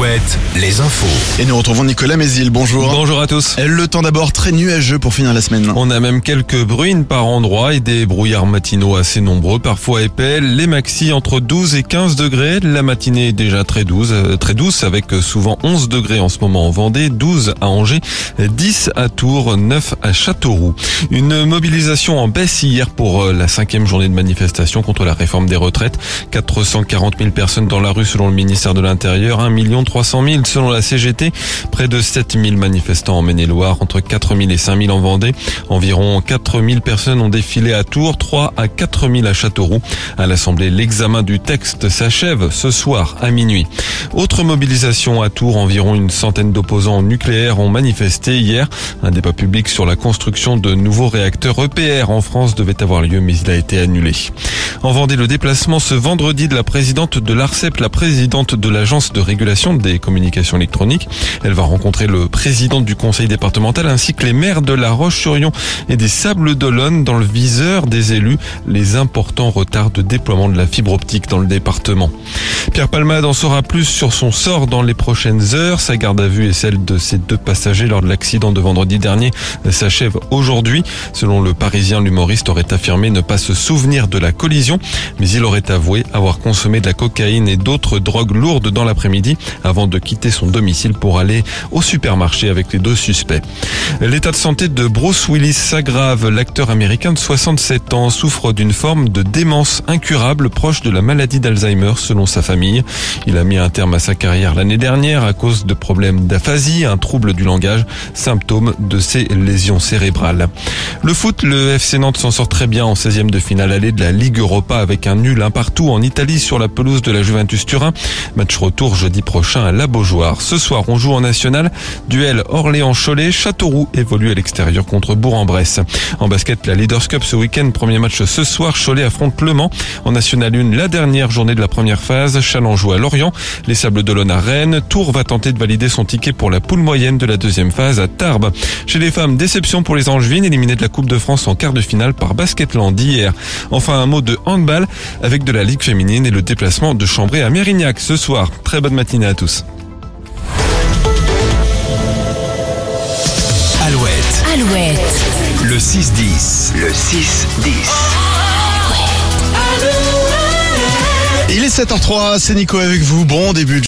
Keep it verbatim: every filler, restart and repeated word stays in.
Alouette, les infos. Et nous retrouvons Nicolas Mézil, bonjour. Bonjour à tous. Le temps d'abord très nuageux pour finir la semaine. On a même quelques bruines par endroits et des brouillards matinaux assez nombreux, parfois épais. Les maxi entre douze et quinze degrés. La matinée est déjà très douce, très douce avec souvent onze degrés en ce moment en Vendée, douze à Angers, dix à Tours, neuf à Châteauroux. Une mobilisation en baisse hier pour la cinquième journée de manifestation contre la réforme des retraites. quatre cent quarante mille personnes dans la rue selon le ministère de l'Intérieur, un million trois cent mille selon la C G T, près de sept mille manifestants en Maine-et-Loire, entre quatre mille et cinq mille en Vendée. Environ quatre mille personnes ont défilé à Tours, trois à quatre mille à Châteauroux. À l'Assemblée, l'examen du texte s'achève ce soir à minuit. Autre mobilisation à Tours, environ une centaine d'opposants au nucléaire ont manifesté hier. Un débat public sur la construction de nouveaux réacteurs E P R en France devait avoir lieu, mais il a été annulé. En Vendée, le déplacement ce vendredi de la présidente de l'Arcep, la présidente de l'Agence de régulation des communications électroniques. Elle va rencontrer le président du conseil départemental ainsi que les maires de La Roche-sur-Yon et des Sables-d'Olonne dans le viseur des élus, les importants retards de déploiement de la fibre optique dans le département. Pierre Palmade en saura plus sur son sort dans les prochaines heures. Sa garde à vue et celle de ses deux passagers lors de l'accident de vendredi dernier s'achève aujourd'hui. Selon le Parisien, l'humoriste aurait affirmé ne pas se souvenir de la collision, mais il aurait avoué avoir consommé de la cocaïne et d'autres drogues lourdes dans l'après-midi avant de quitter son domicile pour aller au supermarché avec les deux suspects. L'état de santé de Bruce Willis s'aggrave. L'acteur américain de soixante-sept ans souffre d'une forme de démence incurable proche de la maladie d'Alzheimer selon sa famille. Il a mis un terme à sa carrière l'année dernière à cause de problèmes d'aphasie, un trouble du langage, symptôme de ses lésions cérébrales. Le foot, le F C Nantes s'en sort très bien en seizième de finale allée de la Ligue Europa avec un nul un partout en Italie sur la pelouse de la Juventus Turin. Match retour jeudi prochain à la Beaujoire. Ce soir, on joue en national. Duel Orléans-Cholet. Châteauroux évolue à l'extérieur contre Bourg-en-Bresse. En basket, la Leaders Cup ce week-end. Premier match ce soir. Cholet affronte Le Mans. En National un, la dernière journée de la première phase. Challenge joue à Lorient. Les Sables-d'Olonne à Rennes. Tours va tenter de valider son ticket pour la poule moyenne de la deuxième phase à Tarbes. Chez les femmes, déception pour les Angevines, éliminées de la Coupe de France en quart de finale par Basketland hier. Enfin, un mot de handball avec de la Ligue féminine et le déplacement de Chambray à Mérignac ce soir. Très bonne matinée à tous. Alouette. Alouette. Le six dix. Le six dix. Il est sept heures zéro trois, c'est Nico avec vous. Bon début de